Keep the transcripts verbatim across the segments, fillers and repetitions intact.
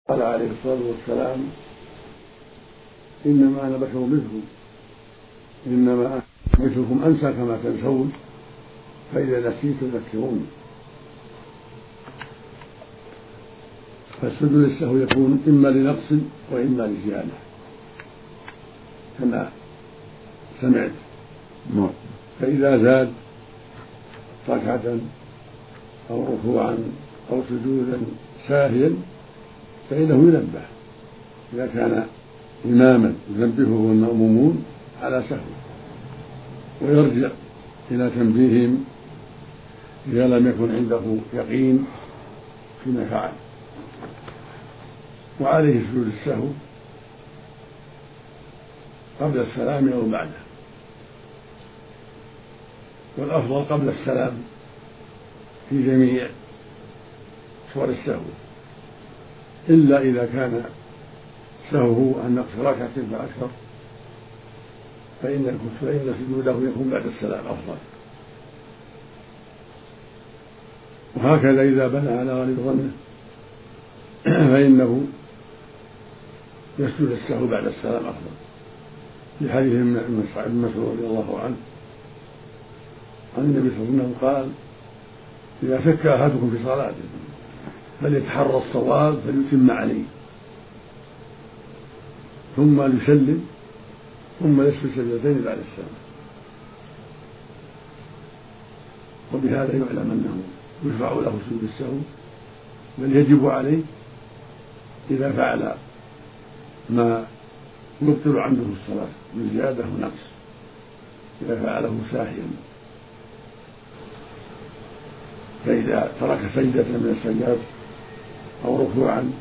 قال عليه الصلاة والسلام: إنما أنا بشر مثلكم إنما أنا مثلكم أنسى كما تنسون فإذا نسيت تذكروني. فالسجود للسهو يكون إما لنقص وإما لزيادة كما سمعت، فإذا زاد ركعة أو ركوعا أو سجودا ساهيا فإنه ينبه إذا كان إماما ينبهه المأمومون على سهو، ويرجع إلى تنبيههم إذا لم يكن عنده يقين فيما فعل. وعليه سجود السهو قبل السلام أو بعده، والأفضل قبل السلام في جميع صور السهو، إلا إذا كان سهوه عن نقص ركعة فأكثر فإن فإن سجوده يكون بعد السلام أفضل. وهكذا إذا بنى على غالب ظنه فإنه يسجد السهو بعد السلام أفضل، لحديث ابن مسعود رضي الله عنه عن النبي صلى الله عليه وسلم قال: إذا شك أحدكم في صلاته فليتحرى الصواب فليتم عليه ثم ليسلم ثم يسجد سجدتين بعد السلام. وبهذا يعلم أنه يشرع له سجود السهو، بل يجب عليه إذا فعل ما يبطل عنده الصلاة من زيادة ونقص، إذا فعله ساهيا. فإذا ترك سجدة من السجدات أو ركوعا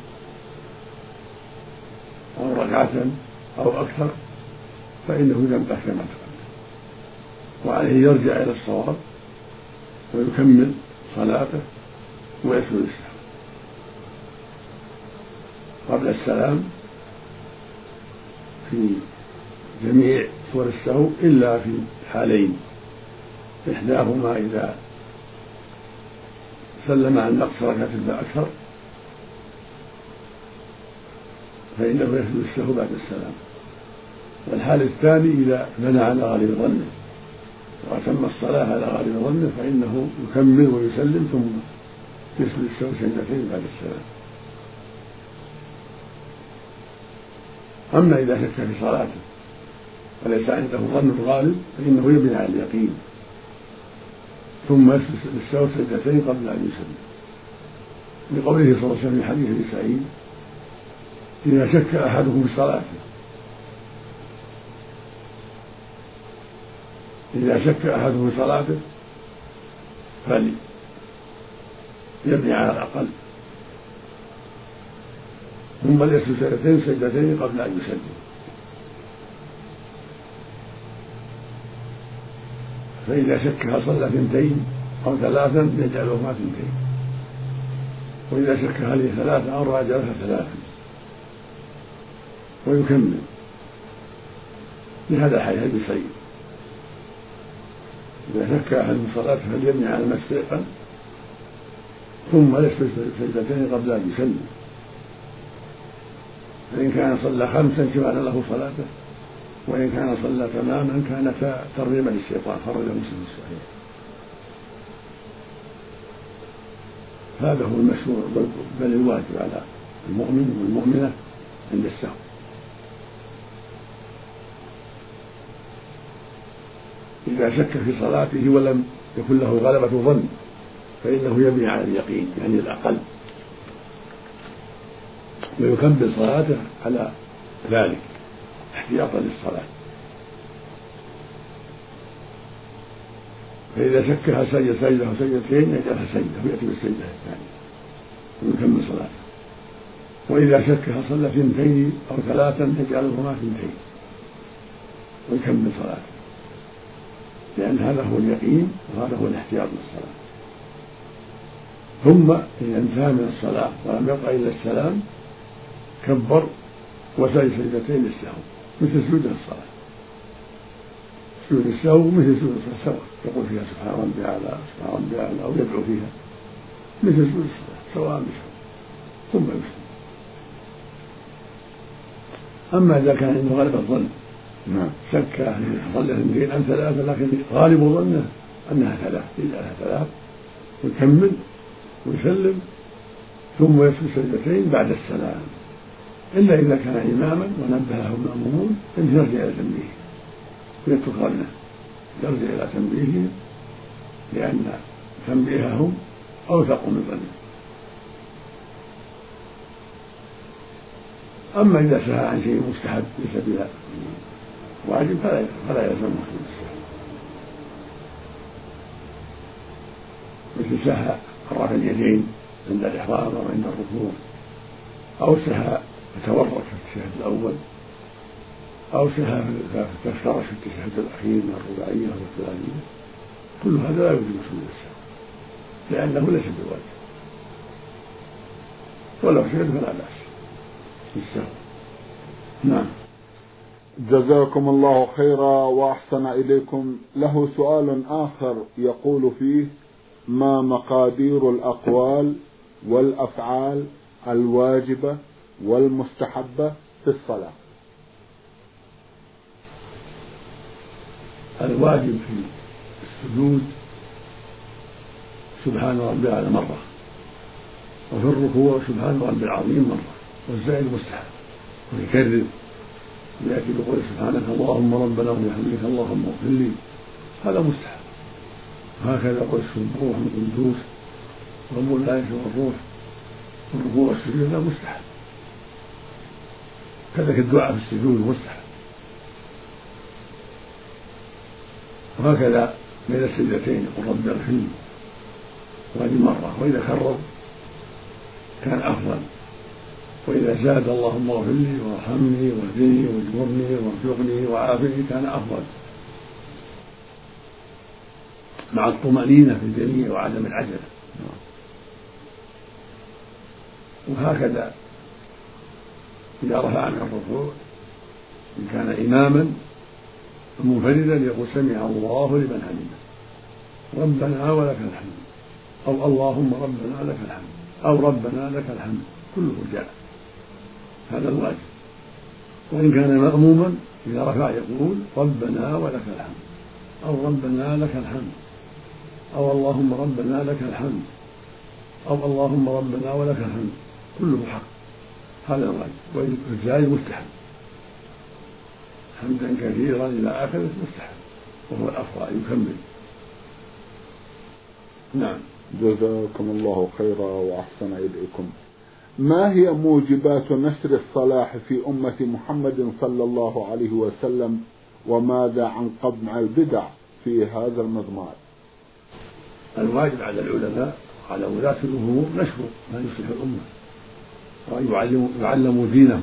أو ركعة أو أكثر فإنه ينبه كما تقدم، وعليه يرجع إلى الصواب ويكمل صلاته ويسجد السهو قبل السلام في جميع صور السهو إلا في حالين: إحداهما إذا سلم عن نقص ركعة فأكثر فإنه يسجد السهو بعد السلام، والحال الثاني إذا بنى على غالب ظنه وأتم الصلاة على غالب ظنه فإنه يكمل ويسلم ثم يسجد السهو سجدتين بعد السلام. أما إذا شك في صلاته وليس عنده ظن الغالب فإنه يبني على اليقين ثم يسجد السهو سجدتين قبل أن يسلم، لقوله صلى الله عليه وسلم في حديث ابي سعيد: إذا شك أحدكم في صلاته إذا شك أحدكم في صلاته فليبني على الأقل ثم ليسجد سجدتين سجدتين قبل أن يسلم. فإذا شك هل صلى ثنتين أو ثلاثا يجعلهما ثنتين، وإذا شك هل هي ثلاثة أو رابعة جعلها ثلاثا ويكمل. لهذا حديث ابي سعيد: إذا شك أحد من صلاته فليبني على ما استيقن ثم يسجد سجدتين قبل أن يسلم، فإن كان صلى خمسا كان له صلاته، وإن كان صلى تماما كان ترغيما للشيطان، خرج مسلم الصحيح. هذا هو المشروع بل الواجب على المؤمن والمؤمنة عند السهو. إذا شك في صلاته ولم يكن له غلبة ظن فإنه يبني على اليقين يعني الأقل ويكمل صلاته على ذلك احتياطا للصلاة. فإذا شك هل سجد سجدة أو سجدتين يجعلها سجدة ويأتي بالسجدة الثانية ويكمل صلاته، وإذا شك هل صلى ثنتين أو ثلاثا يجعلهما ثنتين ويكمل صلاته، لأن هذا هو اليقين وهذا هو الاحتياط للصلاة. ثم إذا انتهى من الصلاة ولم يبق إلا السلام كبر وسجد سجدتين للسهو مثل سجود الصلاة. سجود السهو مثل سجود الصلاة سواء، يقول فيها سبحان ربي أعلى سبحان ربي أعلى أو يدعو فيها مثل سجود الصلاة سواء بسواء، ثم يسلم. أما إذا كان عنده غالب الظن شك أن صلى اثنتين أم ثلاثة لكن غالب ظنه أنها ثلاث إلا ثلاث ويكمل ويسلم ثم يسجد سجدتين بعد السلام، إلا إذا كان إماما ونبهه المأمومون أن يرجع إلى تنبيهه ويترك ظنه، يرجع إلى تنبيهه لأن تنبيههم أوثق من ظنه. أما إذا سهى عن شيء مستحب ليس بها واجب فلا فلا يلزمه سجود السهو، مثل سهى رفع اليدين عند الإحرام أو عند الركوع، أو سهى فتورط في التشهد الأول، أو سهى فافترش في التشهد الأخير من الرباعية أو الثلاثية، كل هذا لا يوجب سجود السهو لأنه ليس بواجب، ولو سجد فلا بأس بالسهو. نعم. جزاكم الله خيرا وأحسن إليكم. له سؤال آخر يقول فيه: ما مقادير الأقوال والأفعال الواجبة والمستحبة في الصلاة؟ الواجب في السجود سبحان ربي الأعلى مرة، وفي الركوع سبحان ربي العظيم مرة، والزائد مستحب ويكرر ويأتي بقول سبحانك اللهم ربنا وبحمدك اللهم اغفر لي، هذا مستحب. وهكذا يقول السبوح والقدوس رب الملائكة والروح، والركوع والسجود هذا مستحب، كذلك الدعاء في السجود مستحب. وهكذا بين السجدتين يقول رب اغفر لي، وهذه مرة، وإذا كرر كان أفضل، وإذا زاد اللهم اغفر لي وارحمني واهدني واجبرني وارزقني وعافني كان أفضل، مع الطمأنينة في الجميع وعدم العجلة. وهكذا إذا رفع من الركوع إن كان إماما منفردا يقول سمع الله لمن حمده ربنا ولك الحمد، أو اللهم ربنا لك الحمد، أو ربنا لك الحمد، كله جاء، هذا الواجب. وإن كان مأموما إذا رفع يقول ربنا ولك الحمد، أو ربنا لك الحمد، أو اللهم ربنا لك الحمد، أو اللهم ربنا ولك الحمد، كله حق، هذا الواجب. والزائد مستحب، حمدا كثيرا إلى آخره مستحب، وهو الأفضل يكمل. نعم. جزاكم الله خيرا وأحسن إليكم. ما هي موجبات نشر الصلاح في أمة محمد صلى الله عليه وسلم، وماذا عن قمع البدع في هذا المضمار؟ الواجب على العلماء على ولاة الأمور نشر ما يصلح الأمة، وأن يعلموا دينهم،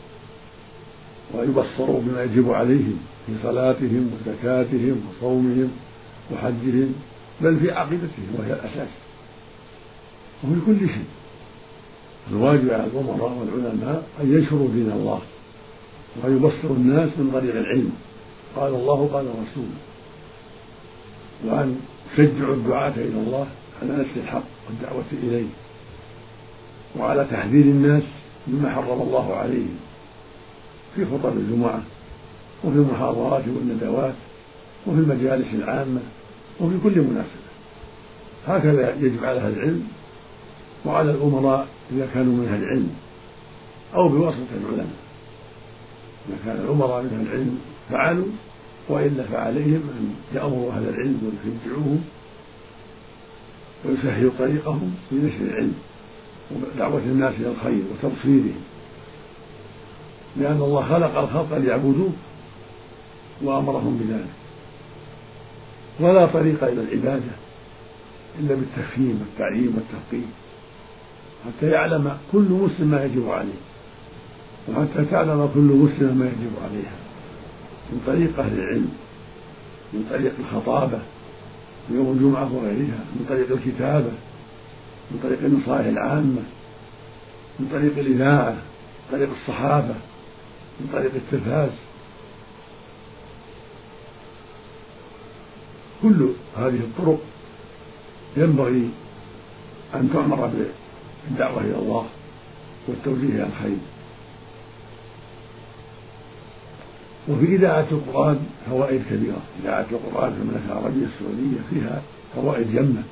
ويبصروا بما يجب عليهم في صلاتهم وزكاتهم وصومهم وحجهم، بل في عقيدتهم وهي الأساس، وفي كل شيء. الواجب على الأمراء والعلماء أن ينشروا دين الله، وأن يبصروا الناس من طريق العلم، قال الله قال الرسول، وأن يشجعوا الدعاة إلى الله على نشر الحق والدعوة إليه، وعلى تحذير الناس مما حرم الله عليهم في خطب الجمعة وفي المحاضرات والندوات وفي المجالس العامة وفي كل مناسبة. هكذا يجب على أهل العلم وعلى الأمراء إذا كانوا من أهل العلم أو بواسطة العلماء. إذا كان الأمراء من أهل العلم فعلوا، وإلا فعليهم أن يأمروا أهل العلم ويشجعوهم ويسهلوا طريقهم في نشر العلم ودعوة الناس إلى الخير وتبصيرهم، لأن الله خلق الخلق ليعبدوه وأمرهم بذلك، ولا طريق إلى العبادة إلا بالتفهيم والتعليم والتفقيه، حتى يعلم كل مسلم ما يجب عليه، وحتى تعلم كل مسلم ما يجب عليها، من طريق أهل العلم، من طريق الخطابة في يوم الجمعة وغيرها، من طريق الكتابة، من طريق النصائح العامة، من طريق الإذاعة، من طريق الصحافة، من طريق التلفاز. كل هذه الطرق ينبغي أن تعمر بالدعوة إلى الله والتوجيه إلى الخير. وفي إذاعة القرآن فوائد كبيرة. إذاعة القرآن في المملكة العربية السعودية فيها فوائد جمة،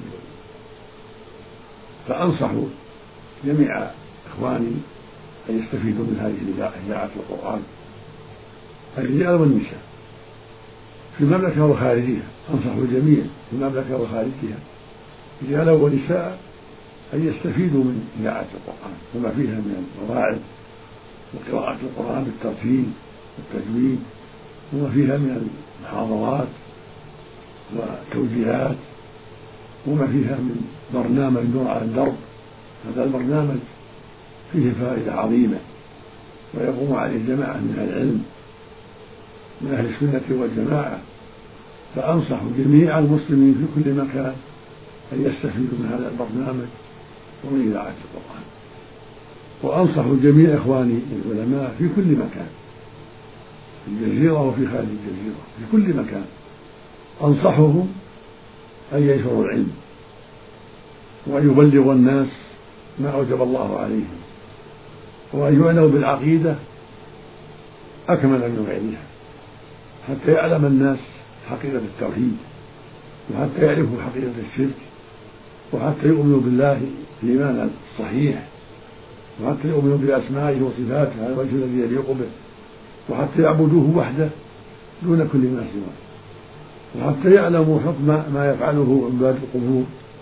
فأنصح جميع إخواني أن يستفيدوا من هذه الإذاعة، إذاعة القرآن، الرجال والنساء في المملكة وخارجها. أنصح الجميع في المملكة وخارجها رجالا ونساء أن يستفيدوا من إذاعة القرآن وما فيها من المواعظ وقراءة القرآن بالترتيل والتجويد، وما فيها من المحاضرات والتوجيهات، وما فيها من برنامج نور على الدرب. هذا البرنامج فيه فائدة عظيمة ويقوم عليه جماعة من العلم من أهل السنة والجماعة، فأنصح جميع المسلمين في كل مكان أن يستفيدوا من هذا البرنامج ومن إذاعة القرآن. وأنصح جميع إخواني العلماء في كل مكان، في الجزيرة وفي خارج الجزيرة، في كل مكان أنصحهم أن ينشروا العلم وأن يبلغوا الناس ما أوجب الله عليهم، وأن يعنوا بالعقيدة أكمل من غيرها، حتى يعلم الناس حقيقة التوحيد، وحتى يعرفوا حقيقة الشرك، وحتى يؤمنوا بالله الإيمان الصحيح، وحتى يؤمنوا بأسمائه وصفاته على الوجه الذي يليق به، وحتى يعبدوه وحده دون كل ما سواه، وحتى يعلموا حكم ما يفعله عباد القبور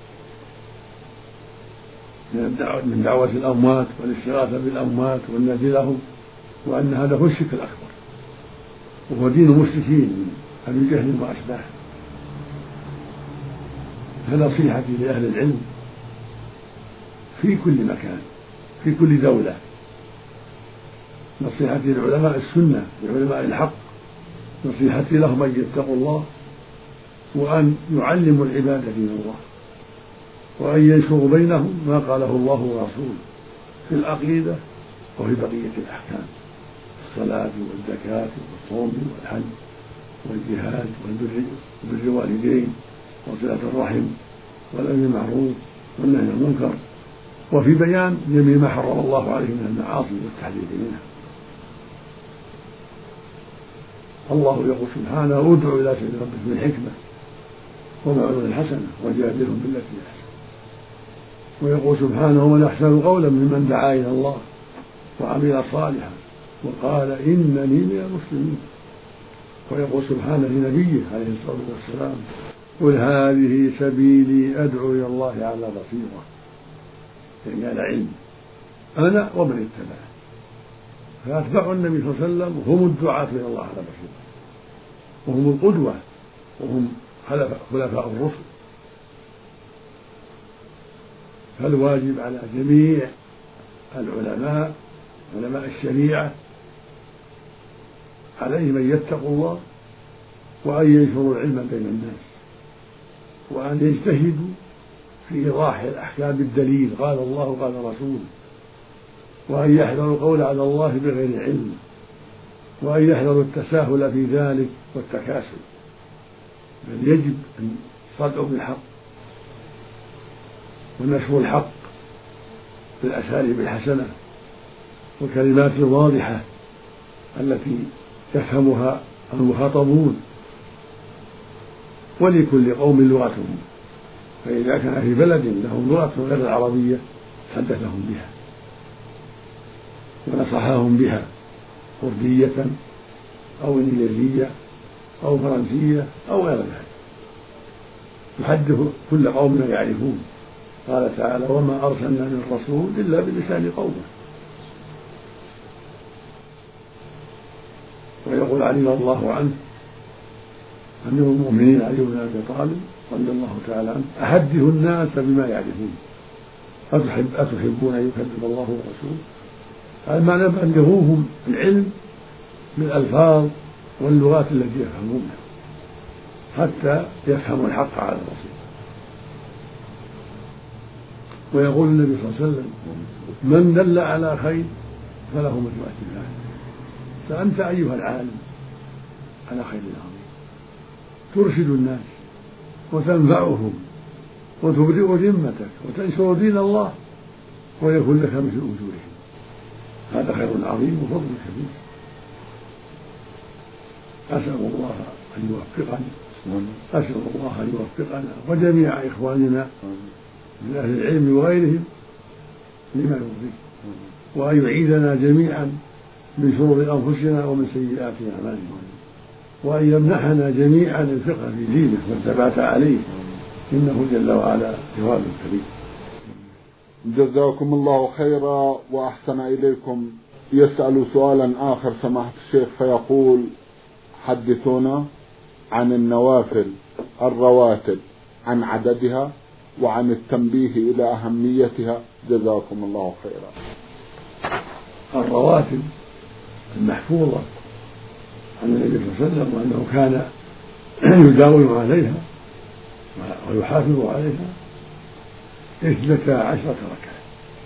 من دعوة الأموات والاستغاثة بالأموات والنادي لهم، وأن هذا هو الشرك الأكبر وهو دين المشركين من أبي جهل وأشباهه. فنصيحتي لأهل العلم في كل مكان في كل دولة، نصيحتي لعلماء السنة لعلماء الحق، نصيحتي لهم أن يتقوا الله وأن يعلموا العباد دين الله، وأن ينشروا بينهم ما قاله الله ورسوله في العقيدة وفي بقية الأحكام، الصلاة والزكاة والصوم والحج والجهاد وبر الوالدين وصلة الرحم والأمر بالمعروف والنهي عن المنكر، وفي بيان جميع ما حرم الله عليه من المعاصي والتحذير منها. الله يقول سبحانه: ادع إلى سبيل ربك بالحكمة والموعظة الحسنة وجادلهم بالتي هي أحسن. ويقول سبحانه: ومن أحسن قولا ممن دعا إلى الله وعمل صالحا وقال إنني من المسلمين. ويقول سبحانه لنبيه عليه الصلاة والسلام: قل هذه سبيلي أدعو إلى الله على بصيرة، يعني على علم، أنا ومن اتبعني. فأتباع النبي صلى الله عليه وسلم هم الدعاة إلى الله على بصيرة، وهم القدوة، وهم خلفاء الرسل. فالواجب على جميع العلماء علماء الشريعة عليهم أن يتقوا الله وأن ينشروا العلم بين الناس، وأن يجتهدوا في إيضاح الأحكام بالدليل، قال الله قال رسوله، وأن يحذروا القول على الله بغير علم، وأن يحذروا التساهل في ذلك والتكاسل، بل يجب أن يصدعوا بالحق ونشر الحق بالأساليب الحسنة والكلمات الواضحة التي يفهمها المخاطبون، ولكل قوم لغتهم، فإذا كان في بلد لهم لغة غير العربية حدثهم بها ونصحهم بها، كردية أو إنجليزية أو فرنسية أو غير ذلك، يحدث كل قوم ما يعرفون. قال تعالى: وما أرسلنا من رسول إلا بلسان قومه. ويقول علي الله عنه أمير المؤمنين علي بن أبي طالب رضي الله تعالى عنه: أحدث الناس بما يعرفون أتحب أتحبون أن يكذب الله ورسوله. المعنى بلغوهم العلم بالألفاظ واللغات التي يفهمونها حتى يفهموا الحق على البصيرة. ويقول النبي صلى الله عليه وسلم: من دل على خير فله مثل أجر فاعله. فأنت أيها العالم على خير عظيم، ترشد الناس وتنفعهم وتبرئ ذمتك وتنشر دين الله ويكون لك مثل أجورهم. هذا خير عظيم وفضل كبير. أسأل الله أن يوفقنا أسأل الله أن يوفقنا وجميع إخواننا من أهل العلم وغيرهم لما يرضيه، وأن يعيذنا جميعا من شرور أنفسنا ومن سيئات أعمالنا، وأن يمنحنا جميعا الفقه في دينه والثبات عليه، إنه جل وعلا جواد كريم. جزاكم الله خيرا وأحسن إليكم. يسأل سؤالا آخر سماحة الشيخ فيقول: حدثونا عن النوافل الرواتب، عن عددها وعن التنبيه إلى أهميتها، جزاكم الله خيرا. الرواتب المحفوظة عن النبي صلى الله عليه وسلم وأنه كان يداوم عليها ويحافظ عليها اثنتا عشرة ركعة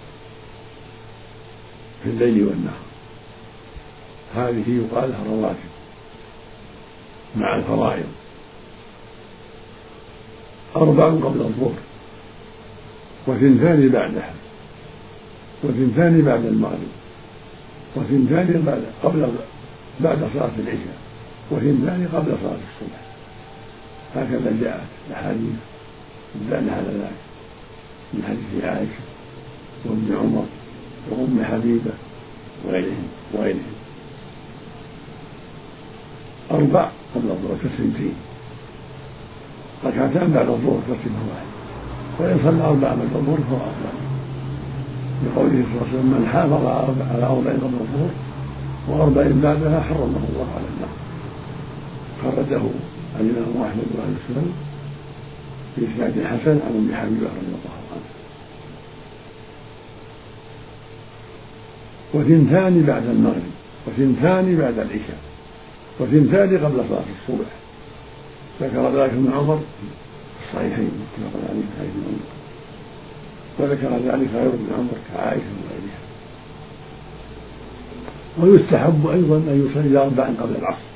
في الليل والنهار، هذه يقال لها رواتب مع الفرائض: أربع قبل الظهر، وثنتان بعدها، وثنتان بعد المغرب، وثنتان بعد قبل بعد صلاة العشاء، وثنتان قبل صلاة الصبح. هكذا جاءت الأحاديث الدالة على ذلك من حديث عائشة وابن عمر وأم حبيبة وغيرهم وغيرهم. أربع قبل الظهر كالثنتين، ركعتان بعد الظهر كالصبح واحد، وإن صلى أربع بعد الظهر فهو أفضل، لقوله صلى الله عليه وسلم: من حافظ على أربع قبل الظهر وأربع بعدها حرمه الله على النار. خرجه الإمام أحمد وأهل السنن بإسناد حسن عن أم حبيبة رضي الله عنها. وثنتان بعد المغرب، وثنتان بعد العشاء، وثنتان قبل صلاة الصبح. ذكر ذلك ابن عمر في الصحيحين متفق عليه في حديث عمر، وذكر ذلك غير ابن عمر كعائشة وغيرها. ويستحب أيضا أن يصلي أربعا قبل العصر،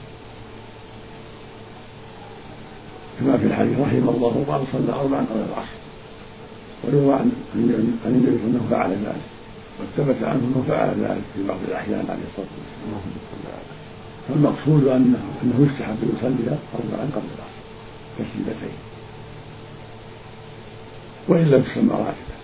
كما في الحديث: رحم الله من صلى أربعا قبل العصر. ويروى عن النبي صلى الله عليه وسلم فعل ذلك، وثبت عنه أنه فعل ذلك في بعض الأحيان عليه الصلاة والسلام. فالمقصود أنه أنه يستحب أن يصلي أربعا قبل العصر تسليمتين، وإن لم تسمى راتبة.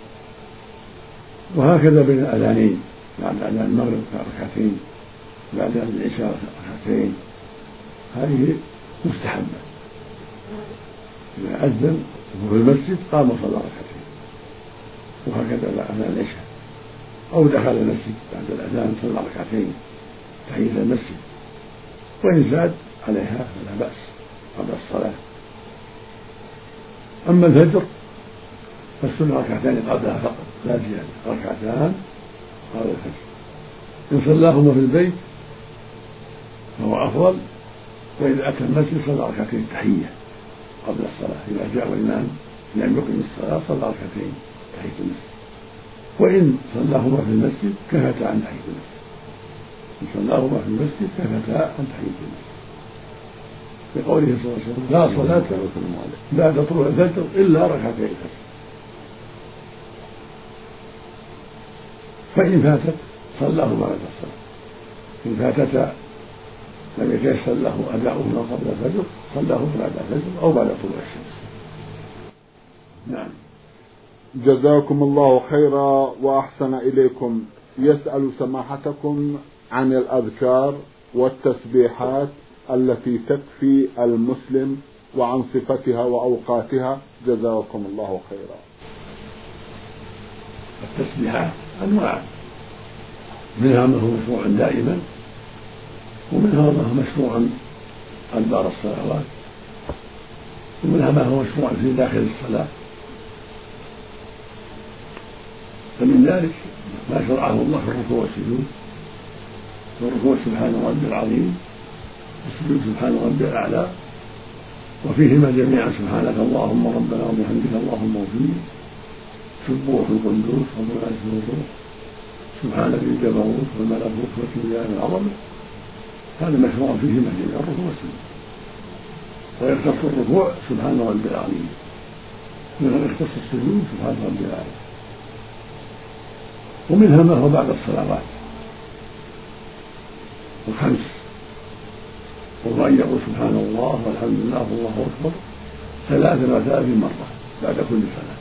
وهكذا بين الأذانين، بعد أذان المغرب ركعتين، بعد أذان العشاء ركعتين، هذه مستحبة. إذا أذن وهو في المسجد قام وصلى ركعتين، وهكذا بعد أذان العشاء، أو دخل المسجد بعد الأذان صلى ركعتين تحية المسجد، وإن زاد عليها فلا بأس قبل الصلاة. أما الفجر فالسنة ركعتان قبلها فقط لا زيادة، ركعتان قبل الفجر. إن صلاهما في البيت فهو أفضل، وإذا أتى المسجد صلى ركعتين تحية قبل الصلاة. إذا جاء الإمام لم يقم الصلاة صلى ركعتين تحية المسجد، وإن صلاهما في المسجد كفتا عن تحية المسجد. إن صلاهما في المسجد كفتا عن تحية المسجد، بقوله صلى الله عليه وسلم: لا صلاة بعد طلوع الفجر إلا ركعتي الفجر. فإن فاتت صلاهما بعد الصلاة، إن فاتتا لم يتيسر له أداؤهما قبل الفجر صلاهما بعد الفجر أو بعد طلوع الشمس. نعم. جزاكم الله خيرا وأحسن إليكم. يسأل سماحتكم عن الأذكار والتسبيحات التي تكفي المسلم وعن صفتها وأوقاتها، جزاكم الله خيرا. التسبيحات أنواع، منها ما هو مشروع دائما، ومنها ما هو مشروع أدبار الصلوات، ومنها ما هو مشروع في داخل الصلاة. فمن ذلك ما شرعه الله في الركوع والسجود، والركوع سبحان ربي العظيم، والسجود سبحان ربي الأعلى، وفيهما جميعا سبحانك اللهم ربنا وبحمدك اللهم اغفر لي، سبوح القدوس رب العزة والجلال، سبحان ذي الجبروت والملكوت والكبرياء والعظمة. هذا مشروع فيهما جميعا الركوع والسجود. ويختص الركوع سبحان ربي العظيم، ويختص السجود سبحان ربي الأعلى. ومنها ما هو بعد الصلوات الخمس، وهو وأن يقول سبحان الله والحمد لله والله أكبر ثلاثا وثلاثين مرة بعد كل صلاة.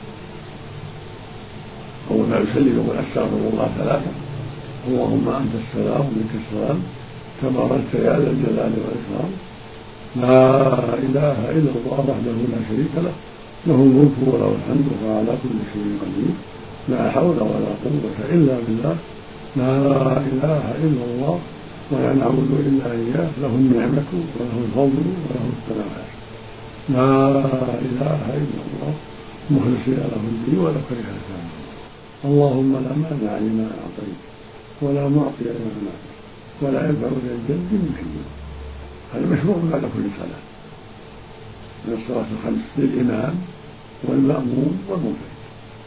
أول ما يسلم يقول أستغفر الله ثلاثا اللهم أنت السلام ومنك السلام تباركت يا ذا الجلال والإكرام لا إله إلا الله وحده لا شريك له له الملك وله الحمد وهو على كل شيء قدير لا حول ولا قوة إلا بالله لا إله إلا الله ولا نعبد إلا إياه له النعمة وله الفضل وله الثناء لا إله إلا الله مخلصين له الدين ولو كره الكافرون اللهم لا مانع لما أعطيت ولا معطي لما منعت ولا ينفع ذا الجد منك. هذا مشروع بعد كل صلاة من الصلاة الخمس للإمام والمأموم والمنفرد،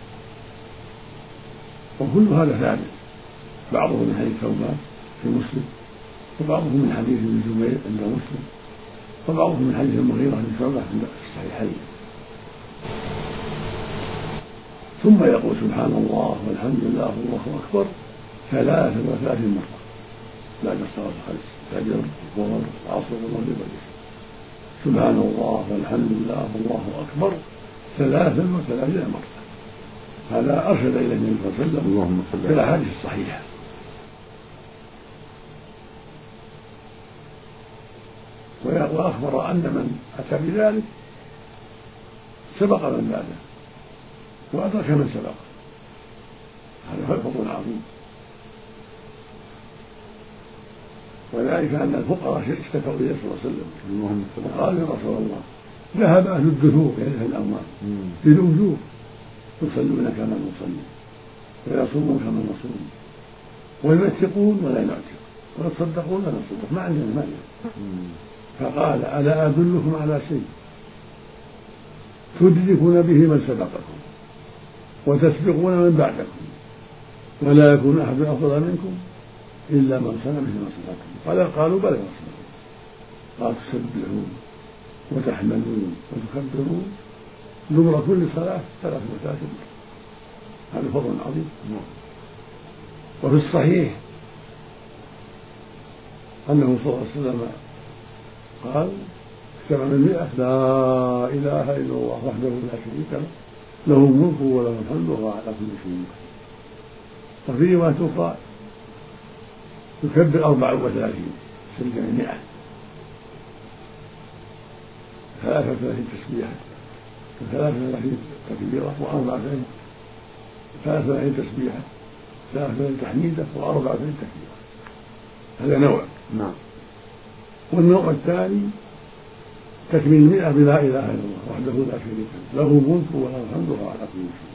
وكل هذا ثابت، بعضه من حديث ثوبان في مسلم وبعضه من حديث ابن زبير عند مسلم وبعضه من حديث المغيرة بن شعبة عند الصحيحين. ثم يقول سبحان الله والحمد لله والله أكبر ثلاثا وثلاثين مرة بعد الصلاة الخمس فجر الظهر العصر والمغرب والعشاء. سبحان الله والحمد لله والله أكبر ثلاثا وثلاثين مرة. هذا أرشد إلى النبي صلى الله عليه وسلم في الأحاديث الصحيحة. وأخبر أن من أتى بذلك سبق من بعده وأدرك من سبق. هذا فضل عظيم. وذلك أن الفقراء اشتكوا إليه صلى الله عليه وسلم وقالوا يا رسول الله ذهب أهل الدثور يعني أهل الأموال بالأجور يصلون كما نصلي ويصومون كما نصوم وينفقون ولا نعتق ويتصدقون ولا نصدق ما عندنا مال. فقال ألا أدلكم على شيء تدركون به من سبقكم وتسبقون من بعدكم ولا يكون أحد أفضل منكم إلا من صنع مثل ما صنعتم. قال قالوا بلى يا رسول الله. قال تسبحون وتحمدون وتكبرون دبر كل صلاة ثلاث وثلاثين مرة. هذا فضل عظيم. وفي الصحيح أنه صلى الله عليه وسلم قال سبع من مئة لا إله إلا الله وحده لا شريك له له الملك وله الحمد وهو على كل شيء قدير. وفي رواية أخرى يكبر أربع وثلاثين سجد مئة ثلاثة وثلاثين تسبيحة وثلاثة وثلاثين تكبيرة وأربعة وثلاثين ثلاثة وثلاثين تسبيحة ثلاثة وثلاثين تحميدة وأربعة وثلاثين تكبيرة. هذا نوع. نعم. والنوع الثاني تكميل المئة بلا إله إلا الله وحده لا شريك له له الملك وله الحمد وهو على كل شيء.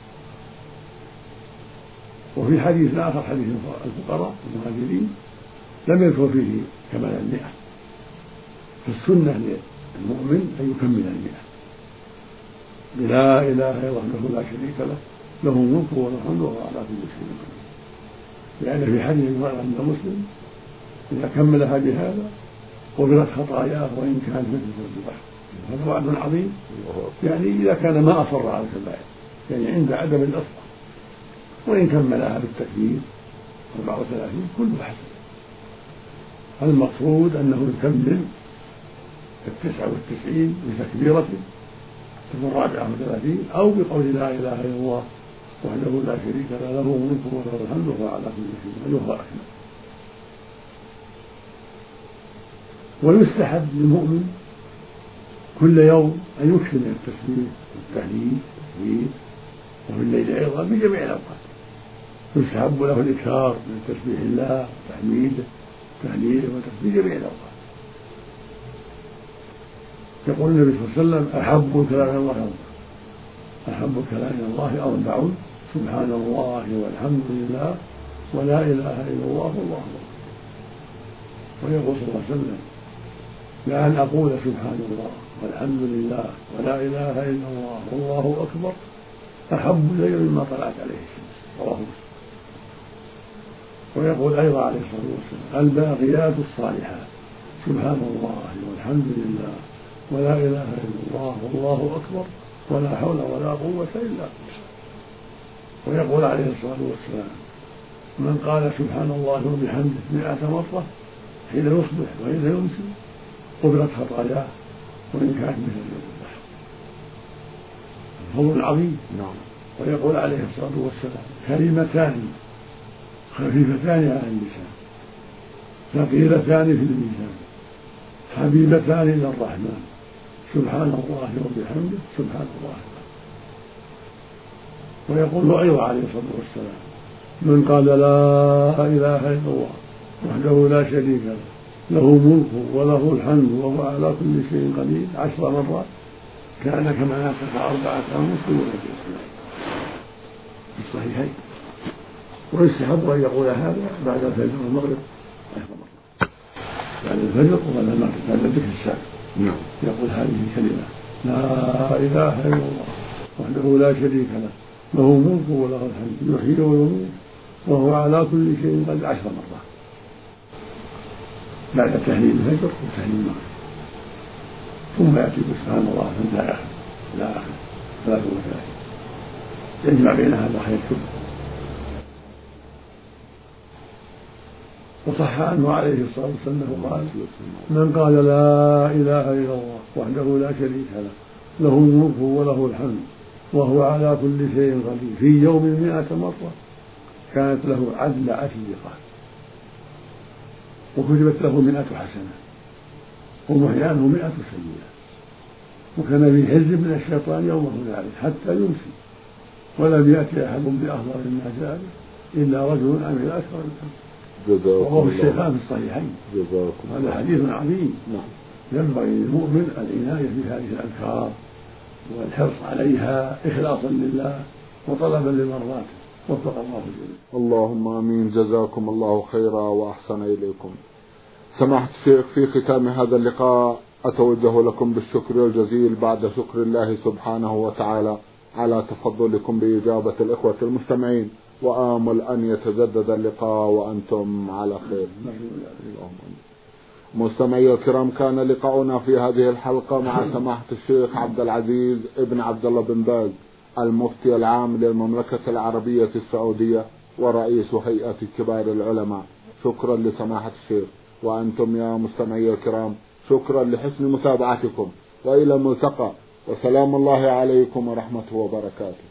وفي حديث آخر حديث الفقراء المهاجرين لم يذكر فيه كمال المئة. فالسنة للمؤمن أن يكمل المئة بلا إله إلا الله وحده لا شريك له له الملك وله الحمد وهو على كل شيء قدير. لأن في حديث عند مسلم إذا كملها بهذا غفرت خطاياه وإن كانت مثل زبد البحر. هذا وعد عظيم. يعني إذا كان ما أصر على الكبائر يعني عند عدم الإصرار وإن كملها بالتكبير أربعة وثلاثين كله حسن. المقصود أنه يكمل التسعة والتسعين بتكبيرة تكون رابعة وثلاثين أو بقول لا إله إلا الله وحده لا شريك له له الملك وله الحمد وهو على كل شيء أيها أكمل. ويستحب للمؤمن كل يوم أن يكثر من التسبيح والتهليل والتكبير وفي الليل أيضا بجميع الأوقات يستحب له الإكثار من تسبيح الله وتحميده وتهليله وتكبير جميع الأوقات. يقول النبي صلى الله عليه وسلم أحب كلام إلى الله أربع أحب كلام إلى الله أربع سبحان الله والحمد لله ولا إله إلا الله والله أكبر. ويقول صلى الله عليه وسلم لأن أقول سبحان الله والحمد لله ولا إله إلا الله والله أكبر أحب إلي مما طلعت عليه الشمس. رواه مسلم. ويقول أيضا عليه الصلاة والسلام الباقيات الصالحات سبحان الله والحمد لله ولا إله إلا الله والله أكبر ولا حول ولا قوة إلا بالله. ويقول عليه الصلاة والسلام من قال سبحان الله وبحمده مئة مرة حين يصبح وحين يمسي قبلت خطاياه وإن كانت مثل زبد البحر. فضل عظيم. نعم. ويقول عليه الصلاة والسلام: كلمتان خفيفتان على اللسان ثقيلتان في الميزان حبيبتان إلى الرحمن سبحان الله وبحمده سبحان الله. ويقول أيضا عليه الصلاة والسلام: من قال لا إله إلا الله وحده لا شريك له له ملك وله الحمد وهو على كل شيء قدير عشر مرات كان كما ينفق أربعة أمس ولد الإسلام في الصحيحين. ويستحب أن يقول هذا بعد الفجر والمغرب عشر مرات، بعد الفجر وبعد المغرب بعد الذكر السابق نعم. يقول هذه الكلمة: لا إله إلا الله وحده لا شريك له له ملك وله الحمد يحيي ويميت وهو على كل شيء قدير عشر مرات بعد تهليل الفجر وتهليل المغرب. ثم يأتي سبحان الله ثم آخر إلى آخر ثلاثة وثلاثين يجمع بين هذا الخير كله. وصح عنه عليه الصلاة والسلام قال: من قال لا إله إلا الله وحده لا شريك له له الملك وله الحمد وهو على كل شيء قدير في يوم مئة مرة كانت له عدل عشر دقائق وكتبت له مئة حسنة ومحيانه مئة سيئة وكان في حزب من الشيطان يومه ذلك حتى يمسي ولم يأتي أحد بأفضل مما جاء إلا رجل عمل أكثر منه. وهو الشيخان في الصحيحين. هذا حديث عظيم. نعم. ينبغي للمؤمن العناية بهذه الأذكار والحرص عليها إخلاصا لله وطلبا لمرضاته. وفق الله الجميع. اللهم آمين. جزاكم الله خيرا وأحسن إليكم. سماحة الشيخ، في ختام هذا اللقاء أتوجه لكم بالشكر الجزيل بعد شكر الله سبحانه وتعالى على تفضلكم بإجابة الإخوة المستمعين، وآمل أن يتجدد اللقاء وأنتم على خير. مستمعي الكرام، كان لقاؤنا في هذه الحلقة مع سماحة الشيخ عبد العزيز ابن عبد الله بن باز المفتي العام للمملكة العربية السعودية ورئيس هيئة كبار العلماء. شكرا لسماحة الشيخ. وأنتم يا مستمعي الكرام شكرا لحسن متابعتكم، وإلى الملتقى، وسلام الله عليكم ورحمته وبركاته.